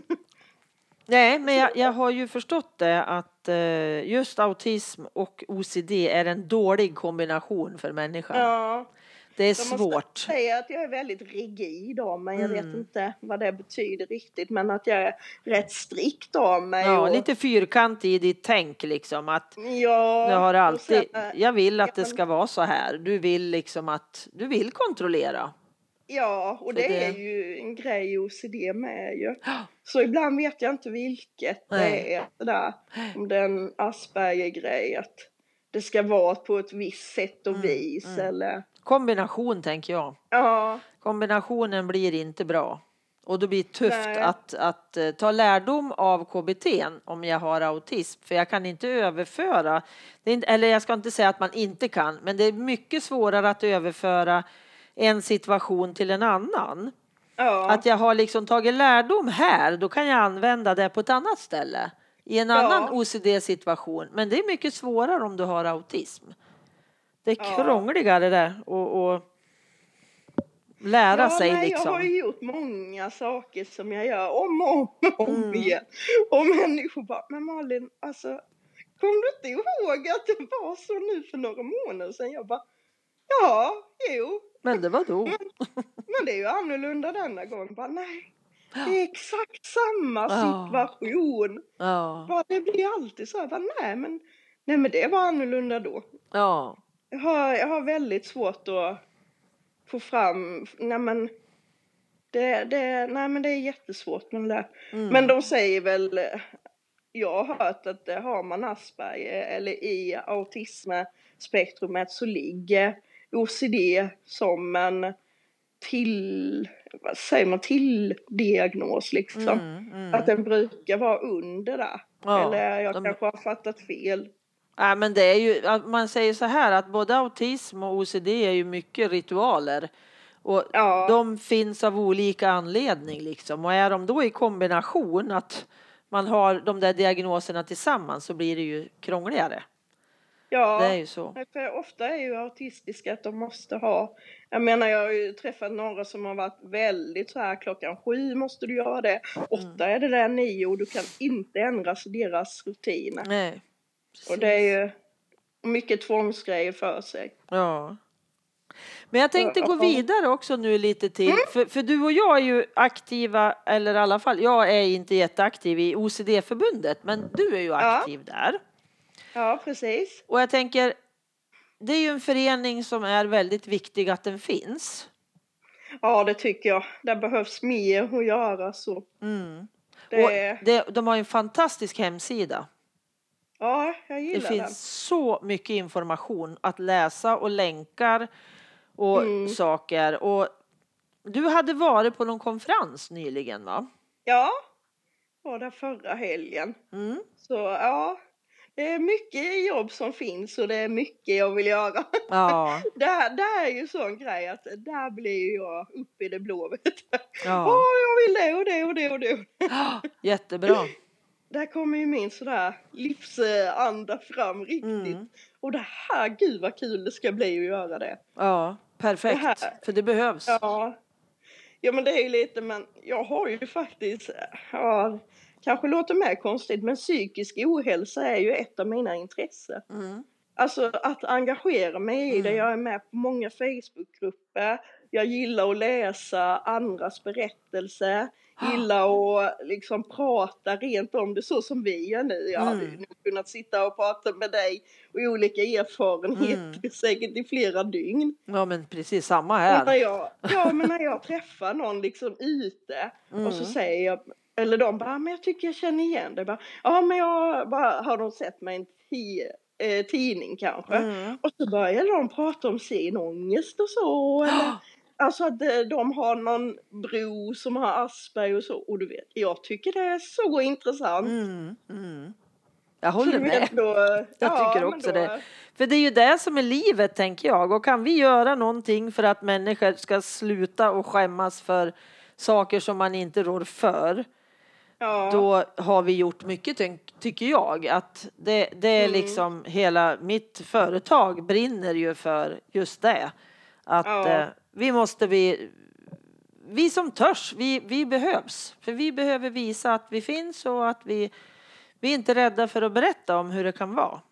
Nej, men jag, jag har ju förstått det att eh, just autism och O C D är en dålig kombination för människan. Ja. Det är De svårt. måste säga att jag är väldigt rigid av mig. Jag Mm. vet inte vad det betyder riktigt. Men att jag är rätt strikt av mig. Ja, och... lite fyrkant i ditt tänk liksom. Att Ja, jag har alltid, sen, jag vill att ja, det ska vara så här. Du vill liksom att, du vill kontrollera. Ja, och det, det är ju en grej i O C D med ju. Så ibland vet jag inte vilket Nej. det är. Det där, om det är en Asperger-grej. Att det ska vara på ett visst sätt och Mm, vis. mm. Eller... Kombination tänker jag. Ja. Kombinationen blir inte bra. Och det blir tufft Nej. att, att uh, ta lärdom av K B T om jag har autism. För jag kan inte överföra, det är inte, eller jag ska inte säga att man inte kan, men det är mycket svårare att överföra en situation till en annan. Ja. Att jag har liksom tagit lärdom här, då kan jag använda det på ett annat ställe. I en annan Ja. O C D-situation. Men det är mycket svårare om du har autism. Det är Ja. krångligare där och, och lära ja, sig nej, liksom. Jag har ju gjort många saker som jag gör om och om, och om Mm. igen. Och människor bara, men Malin, alltså, kom du inte ihåg att det var så nu för några månader sedan? Jag bara, ja, jo. Men det var då. Men, men det är ju annorlunda denna gång. Bara, nej, det är exakt samma Ja. situation. Ja. Bara, det blir alltid så här, bara, nej, men, nej men det var annorlunda då. Ja. Jag har, jag har väldigt svårt att få fram, nej men det, det, nej men det är jättesvårt med det. Mm. Men de säger väl, jag har hört att det har man Asperger eller i autismspektrumet så ligger O C D som en till, vad säger man, till diagnos liksom. Mm, mm. Att den brukar vara under där. Ja, eller jag de... kanske har fattat fel. Ja, men det är ju, man säger så här att både autism och O C D är ju mycket ritualer. Och Ja. de finns av olika anledning liksom. Och är de då i kombination att man har de där diagnoserna tillsammans så blir det ju krångligare. Ja, det är ju så. För ofta är ju autistiska att de måste ha, jag menar jag har ju träffat några som har varit väldigt så här, klockan sju måste du göra det, åtta är det där nio och du kan inte ändra deras rutiner. Nej, precis. Och det är ju mycket tvångsgrejer för sig. Ja. Men jag tänkte Ja, gå ja. vidare också nu lite till. Mm. För, för du och jag är ju aktiva, eller i alla fall, jag är inte jätteaktiv i O C D-förbundet, men du är ju aktiv Ja. där. Ja, precis. Och jag tänker, det är ju en förening som är väldigt viktig att den finns. Ja, det tycker jag. Det behövs mer att göra så. Mm. Det... Och det, de har en fantastisk hemsida. Ja, jag gillar det den. finns så mycket information att läsa och länkar och Mm. saker. Och du hade varit på någon konferens nyligen, va? Ja, var där förra helgen. Mm. Så ja, det är mycket jobb som finns och det är mycket jag vill göra. Ja. det, här, det här är ju sån grej att där blir jag uppe i det blå. Ja. Åh, jag vill det och det och det och det. Jättebra. där kommer ju min sådär livsanda fram riktigt. Mm. Och det här, gud vad kul det ska bli att göra det. Ja, perfekt. Det här- För det behövs. Ja, ja men det är ju lite, men jag har ju faktiskt, ja, kanske låter mer konstigt, men psykisk ohälsa är ju ett av mina intressen. Mm. Alltså att engagera mig i det. Jag är med på många Facebookgrupper. Jag gillar att läsa andras berättelser. Gillar att liksom prata rent om det så som vi gör nu. Jag hade ju nog kunnat sitta och prata med dig och olika erfarenheter säkert i flera dygn. Ja, men precis samma Och här. när jag, ja, men när jag träffar någon liksom ute och så säger jag, eller de bara, men jag tycker jag känner igen det. Bara, ja, men jag bara, har de sett mig i en t- eh, tidning kanske? Mm. Och så börjar de prata om sin ångest och så. Eller, alltså att eh, de har någon bro som har Asperger och så. Och du vet, jag tycker det är så intressant. Mm. Mm. Jag håller Så du med. vet då, Jag ja, tycker men också då- det. För det är ju det som är livet, tänker jag. Och kan vi göra någonting för att människor ska sluta och skämmas för saker som man inte rår för, Ja. då har vi gjort mycket, tänk- tycker jag. Att det, det är Mm. liksom hela mitt företag brinner ju för just det. Att Ja. eh, vi måste vi vi som törs, vi, vi behövs. För vi behöver visa att vi finns och att vi, vi är inte rädda för att berätta om hur det kan vara.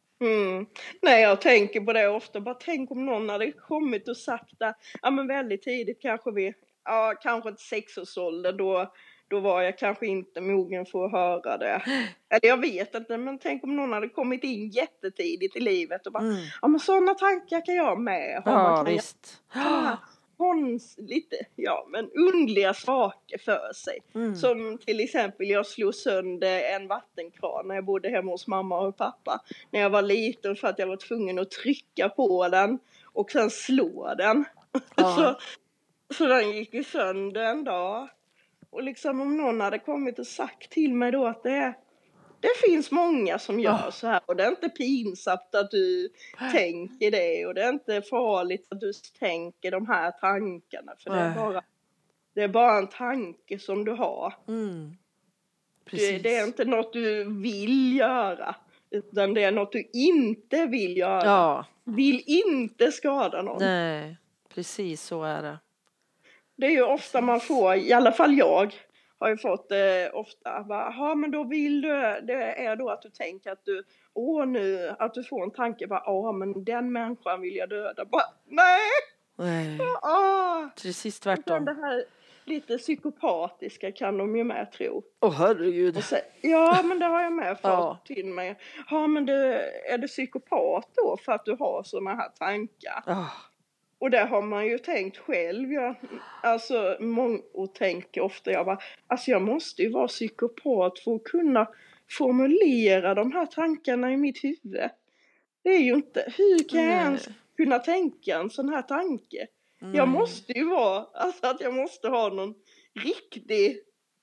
Mm. Nej, jag tänker på det ofta. Bara tänk om någon hade kommit och sagt det. Ja, men väldigt tidigt kanske vi, ja, kanske ett sexårsålder då, då var jag kanske inte mogen för att höra det. Eller jag vet inte, men tänk om någon hade kommit in jättetidigt i livet och bara, Mm. ja men sådana tankar kan jag med ha. Ja, Man kan visst. göra såna här konst, lite, ja men underliga saker för sig. Mm. Som till exempel jag slog sönder en vattenkran när jag bodde hemma hos mamma och pappa. När jag var liten för att jag var tvungen att trycka på den och sen slå den. Ja. så, så den gick ju sönder en dag. Och liksom om någon hade kommit och sagt till mig då att det är, det finns många som gör Ja. så här. Och det är inte pinsamt att du tänker det. Och det är inte farligt att du tänker de här tankarna. För det är, Nej. bara, det är bara en tanke som du har. Mm. Det, Precis. det är inte något du vill göra. Utan det är något du inte vill göra. Ja, Vill inte skada någon. nej, precis så är det. Det är ju ofta man får, i alla fall jag har ju fått det eh, ofta. Ja, men då vill du, det är då att du tänker att du, åh nu, att du får en tanke, bara, ja men den människan vill jag döda. Bara, nej! Nej, Ah! precis Utan tvärtom. det här lite psykopatiska kan de ju med tro. Åh herregud. Och så, ja, men det har jag med fått Ja. till mig. Ja, men du, är du psykopat då för att du har såna här tankar? Ah, Och det har man ju tänkt själv. Jag, alltså, många tänker ofta, jag bara, alltså jag måste ju vara psykopat för att kunna formulera de här tankarna i mitt huvud. Det är ju inte, hur kan jag Nej. ens kunna tänka en sån här tanke? mm. Jag måste ju vara, alltså att jag måste ha någon riktig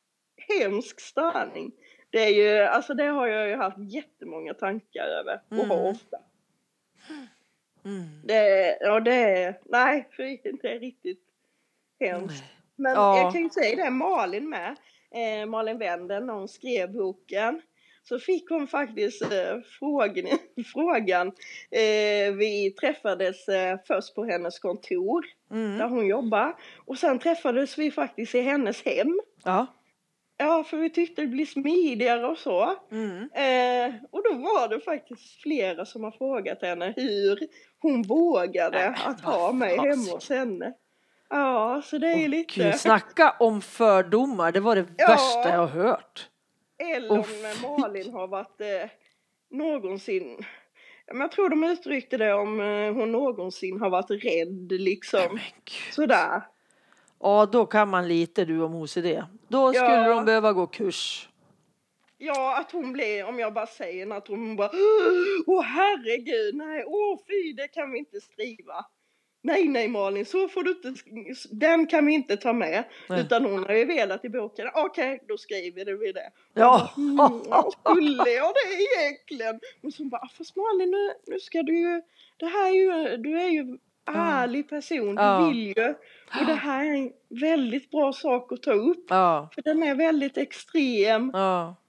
hemsk störning. Det är ju, alltså det har jag ju haft jättemånga tankar över och Mm. har ofta. Mm. Det, ja det är, nej, för det är riktigt hemskt. Nej. Men Ja. jag kan ju säga det, Malin med, eh, Malin Wenden, när hon skrev boken, så fick hon faktiskt eh, frågan, frågan eh, vi träffades eh, först på hennes kontor, Mm. där hon jobbar, och sen träffades vi faktiskt i hennes hem. Ja. Ja, för vi tyckte det blev smidigare och så. Mm. Eh, och då var det faktiskt flera som har frågat henne hur hon vågade Nej, att vad ha mig hemma fasiken. hos henne. Ja, så det är ju Åh, lite... Gud, snacka om fördomar. Det var det Ja. värsta jag har hört. Eller Åh, om fy. Malin har varit eh, någonsin... Men jag tror de uttryckte det om eh, hon någonsin har varit rädd liksom. Men Gud. Sådär. Ja, då kan man lite du om O C D. Då skulle Ja. de behöva gå kurs. Ja, att hon blir, om jag bara säger att hon bara, åh herregud, nej, åh fy, det kan vi inte skriva. Nej, nej Malin, så får du inte, den kan vi inte ta med. Nej. Utan hon har ju velat i boken, okej, okay, då skriver vi det. Ja. Mm, ja, skulle jag det egentligen? Men så bara, fast Malin, nu, nu ska du ju, det här är ju, du är ju ärlig person, du Ja. vill ju. Och det här är en väldigt bra sak att ta upp. Ja. För den är väldigt extrem. Ja.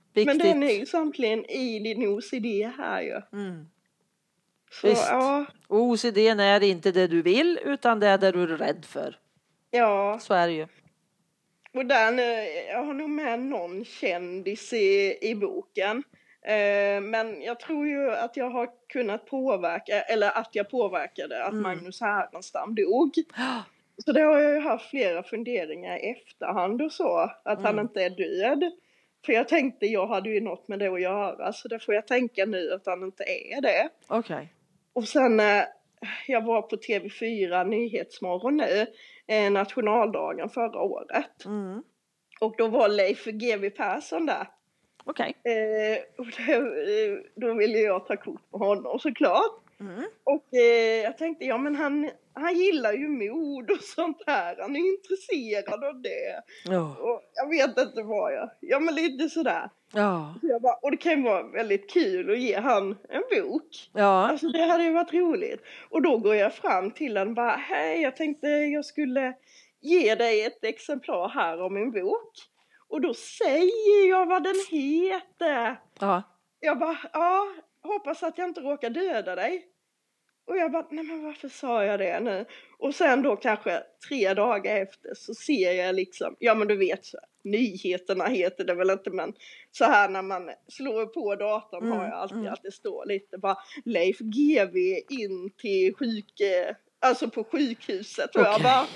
viktigt. Men den är ju samtidigt i din O C D här ju. Mm. Så, Visst. ja. Och O C D är inte det du vill, utan det är det du är rädd för. Ja. Så är det ju. Och den, jag har nog med någon kändis i, i boken. Eh, men jag tror ju att jag har kunnat påverka, eller att jag påverkade att Mm. Magnus Härenstam dog. Så det har jag ju haft flera funderingar i efterhand och så. Att Mm. han inte är död. För jag tänkte, jag hade ju något med det att göra. Så det får jag tänka nu att han inte är det. Okej. Okay. Och sen, eh, jag var på T V fyra Nyhetsmorgon nu. Eh, nationaldagen förra året. Mm. Och då var Leif G W Persson där. Okej. Okay. Eh, och det, då ville jag ta kort på honom såklart. Mm. Och eh, jag tänkte, ja men han, han gillar ju mod och sånt här. Han är intresserad av det. Oh. Och jag vet inte vad jag... Ja men lite sådär. Ja. Så jag bara, och det kan ju vara väldigt kul att ge han en bok. Ja. Alltså det hade ju varit roligt. Och då går jag fram till honom och bara, hej jag tänkte jag skulle ge dig ett exemplar här om min bok. Och då säger jag vad den heter. Ja. Jag bara, ja, hoppas att jag inte råkar döda dig. Och jag bara, nej men varför sa jag det nu? Och sen då kanske tre dagar efter så ser jag liksom, ja men du vet så, nyheterna heter det väl inte, men så här när man slår på datorn Mm, har jag alltid mm. att det står lite bara Leif G W in till sjuk, alltså på sjukhuset. Och Okay. jag bara,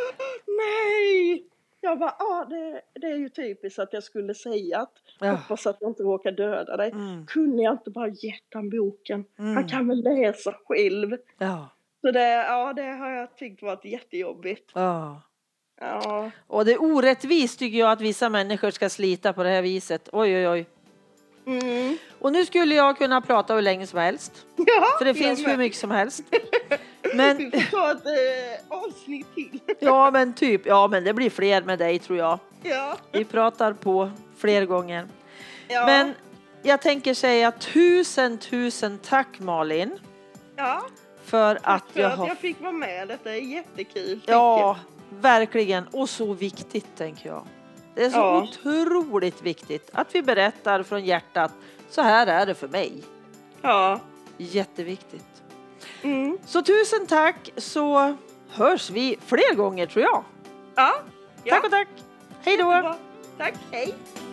nej! Jag bara, ja det, det är ju typiskt att jag skulle säga att Ja. hoppas att jag inte råkar döda dig. Mm. Kunde jag inte bara gett han boken? Mm. Han kan väl läsa själv. Ja. Så det, ja, det har jag tyckt varit jättejobbigt. Ja. Ja. Och det är orättvist tycker jag att vissa människor ska slita på det här viset. Oj, oj, oj. Mm. Och nu skulle jag kunna prata hur länge som helst. Ja, För det finns med. hur mycket som helst. Men, Vi får ta ett eh, avsnitt till. ja, men typ. Ja, men det blir fler med dig tror jag. Ja. Vi pratar på fler gånger. Ja. Men jag tänker säga tusen, tusen tack Malin. Ja. För att För jag att har... jag fick vara med. Detta är jättekul. Ja, verkligen. Och så viktigt tänker jag. Det är så Ja. otroligt viktigt att vi berättar från hjärtat. Så här är det för mig. Ja. Jätteviktigt. Mm. Så tusen tack, så hörs vi fler gånger tror jag. Ja. Ja. Tack och tack. Hej då. Jättebra. Tack. Hej.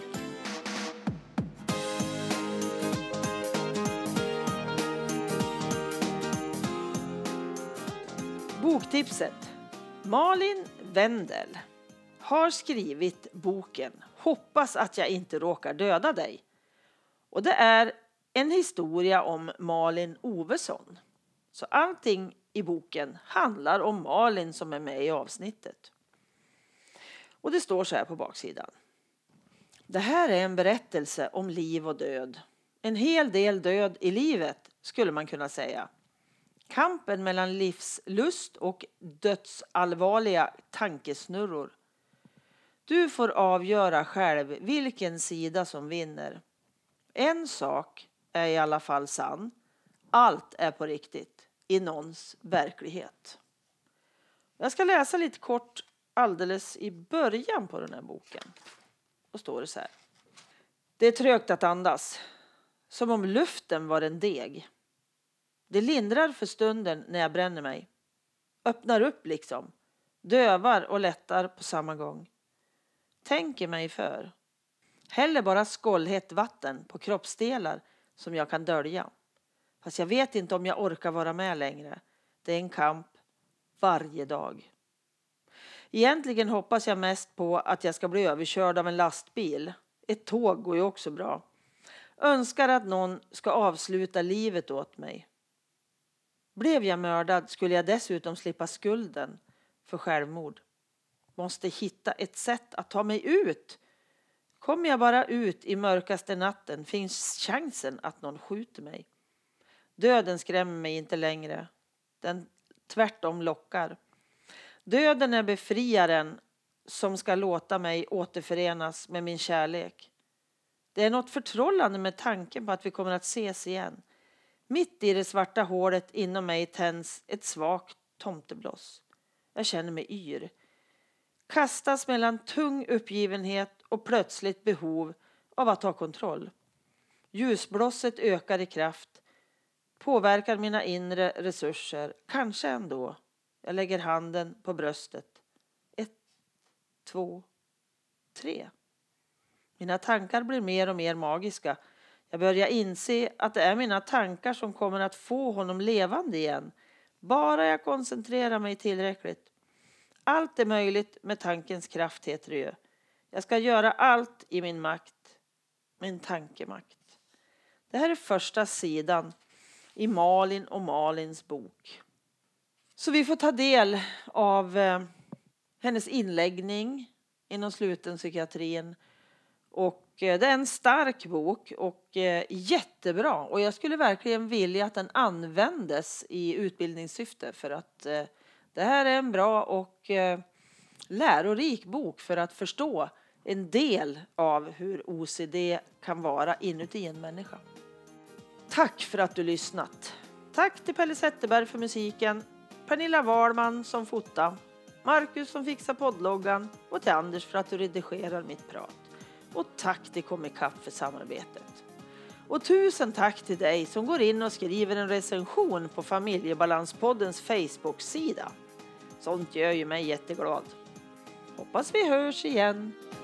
Boktipset. Malin Wendel har skrivit boken Hoppas att jag inte råkar döda dig. Och det är en historia om Malin Ovesson. Så allting i boken handlar om Malin som är med i avsnittet. Och det står så här på baksidan. Det här är en berättelse om liv och död. En hel del död i livet skulle man kunna säga. Kampen mellan livslust och dödsallvarliga tankesnurror. Du får avgöra själv vilken sida som vinner. En sak är i alla fall sann. Allt är på riktigt i någons verklighet. Jag ska läsa lite kort alldeles i början på den här boken. Då står det så här. Det är trögt att andas. Som om luften var en deg. Det lindrar för stunden när jag bränner mig. Öppnar upp liksom. Dövar och lättar på samma gång. Tänker mig för. Häller bara skållhett vatten på kroppsdelar som jag kan dölja. Fast jag vet inte om jag orkar vara med längre. Det är en kamp varje dag. Egentligen hoppas jag mest på att jag ska bli överkörd av en lastbil. Ett tåg går ju också bra. Önskar att någon ska avsluta livet åt mig. Blev jag mördad skulle jag dessutom slippa skulden för självmord. Måste hitta ett sätt att ta mig ut. Kommer jag bara ut i mörkaste natten finns chansen att någon skjuter mig. Döden skrämmer mig inte längre. Den tvärtom lockar. Döden är befriaren som ska låta mig återförenas med min kärlek. Det är något förtrollande med tanken på att vi kommer att ses igen. Mitt i det svarta hålet inom mig tänds ett svagt tomtebloss. Jag känner mig yr. Kastas mellan tung uppgivenhet och plötsligt behov av att ha kontroll. Ljusblosset ökar i kraft, påverkar mina inre resurser, kanske ändå. Jag lägger handen på bröstet. Ett, två, tre. Mina tankar blir mer och mer magiska. Jag börjar inse att det är mina tankar som kommer att få honom levande igen. Bara jag koncentrerar mig tillräckligt. Allt är möjligt med tankens kraft, heter det ju. Jag ska göra allt i min makt. Min tankemakt. Det här är första sidan i Malin och Malins bok. Så vi får ta del av eh, hennes inläggning inom sluten psykiatrin. Och eh, det är en stark bok och eh, jättebra. Och jag skulle verkligen vilja att den användes i utbildningssyfte. För att eh, det här är en bra och eh, lärorik bok för att förstå en del av hur O C D kan vara inuti en människa. Tack för att du lyssnat. Tack till Pelle Zetterberg för musiken, Pernilla Wahlman som fotar, Marcus som fixar poddloggan och till Anders för att du redigerar mitt prat. Och tack till Komikapp för samarbetet. Och tusen tack till dig som går in och skriver en recension på Familjebalanspoddens Facebook-sida. Sånt gör ju mig jätteglad. Hoppas vi hörs igen.